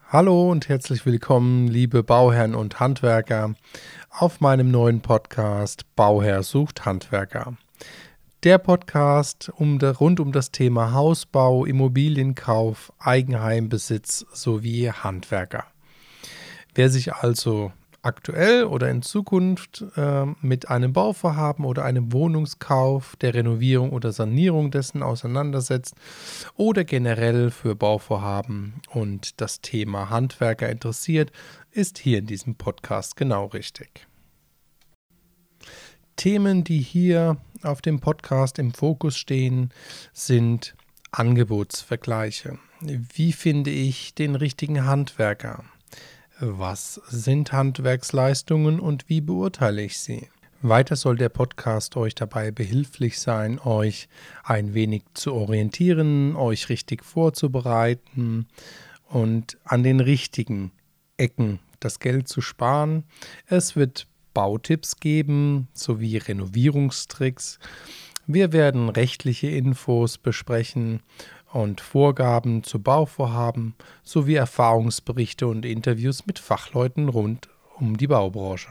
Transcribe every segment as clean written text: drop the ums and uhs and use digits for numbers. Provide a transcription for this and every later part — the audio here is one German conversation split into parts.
Hallo und herzlich willkommen, liebe Bauherren und Handwerker, auf meinem neuen Podcast Bauherr sucht Handwerker. Der Podcast rund um das Thema Hausbau, Immobilienkauf, Eigenheimbesitz sowie Handwerker. Wer sich also aktuell oder in Zukunft mit einem Bauvorhaben oder einem Wohnungskauf, der Renovierung oder Sanierung dessen auseinandersetzt oder generell für Bauvorhaben und das Thema Handwerker interessiert, ist hier in diesem Podcast genau richtig. Themen, die hier auf dem Podcast im Fokus stehen, sind Angebotsvergleiche. Wie finde ich den richtigen Handwerker? Was sind Handwerksleistungen und wie beurteile ich sie? Weiter soll der Podcast euch dabei behilflich sein, euch ein wenig zu orientieren, euch richtig vorzubereiten und an den richtigen Ecken das Geld zu sparen. Es wird Bautipps geben sowie Renovierungstricks. Wir werden rechtliche Infos besprechen und Vorgaben zu Bauvorhaben sowie Erfahrungsberichte und Interviews mit Fachleuten rund um die Baubranche.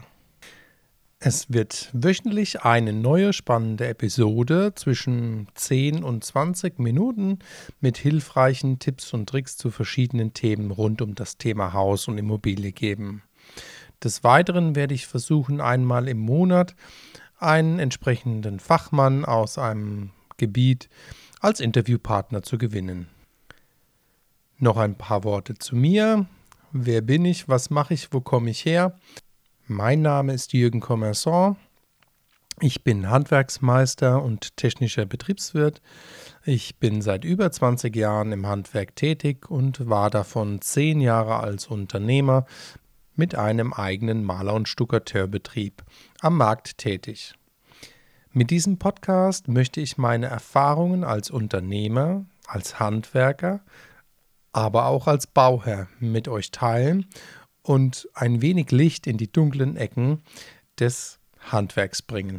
Es wird wöchentlich eine neue spannende Episode zwischen 10 und 20 Minuten mit hilfreichen Tipps und Tricks zu verschiedenen Themen rund um das Thema Haus und Immobilie geben. Des Weiteren werde ich versuchen, einmal im Monat einen entsprechenden Fachmann aus einem Gebiet als Interviewpartner zu gewinnen. Noch ein paar Worte zu mir. Wer bin ich? Was mache ich? Wo komme ich her? Mein Name ist Jürgen Commerçant. Ich bin Handwerksmeister und technischer Betriebswirt. Ich bin seit über 20 Jahren im Handwerk tätig und war davon 10 Jahre als Unternehmer mit einem eigenen Maler- und Stuckateurbetrieb am Markt tätig. Mit diesem Podcast möchte ich meine Erfahrungen als Unternehmer, als Handwerker, aber auch als Bauherr mit euch teilen und ein wenig Licht in die dunklen Ecken des Handwerks bringen.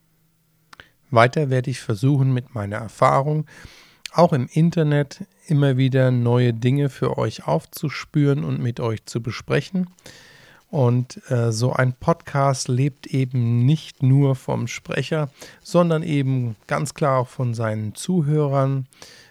Weiter werde ich versuchen, mit meiner Erfahrung auch im Internet immer wieder neue Dinge für euch aufzuspüren und mit euch zu besprechen. Und so ein Podcast lebt eben nicht nur vom Sprecher, sondern eben ganz klar auch von seinen Zuhörern.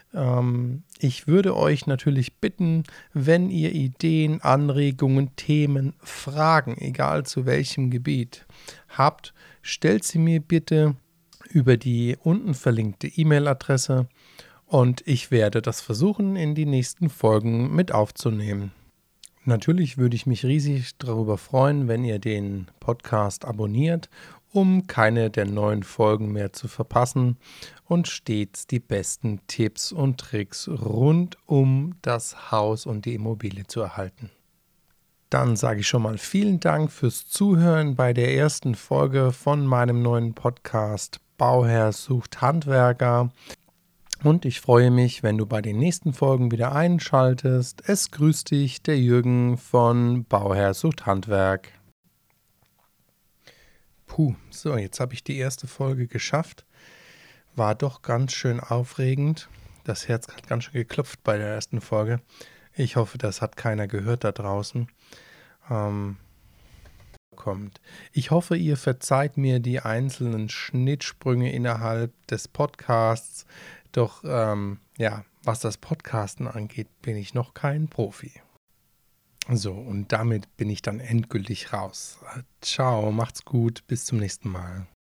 Ich würde euch natürlich bitten, wenn ihr Ideen, Anregungen, Themen, Fragen, egal zu welchem Gebiet habt, stellt sie mir bitte über die unten verlinkte E-Mail-Adresse und ich werde das versuchen, in die nächsten Folgen mit aufzunehmen. Natürlich würde ich mich riesig darüber freuen, wenn ihr den Podcast abonniert, um keine der neuen Folgen mehr zu verpassen und stets die besten Tipps und Tricks rund um das Haus und die Immobilie zu erhalten. Dann sage ich schon mal vielen Dank fürs Zuhören bei der ersten Folge von meinem neuen Podcast Bauherr sucht Handwerker. Und ich freue mich, wenn du bei den nächsten Folgen wieder einschaltest. Es grüßt dich, der Jürgen von Bauherr sucht Handwerk. So, jetzt habe ich die erste Folge geschafft. War doch ganz schön aufregend. Das Herz hat ganz schön geklopft bei der ersten Folge. Ich hoffe, das hat keiner gehört da draußen. Ich hoffe, ihr verzeiht mir die einzelnen Schnittsprünge innerhalb des Podcasts. Doch was das Podcasten angeht, bin ich noch kein Profi. So, und damit bin ich dann endgültig raus. Ciao, macht's gut, bis zum nächsten Mal.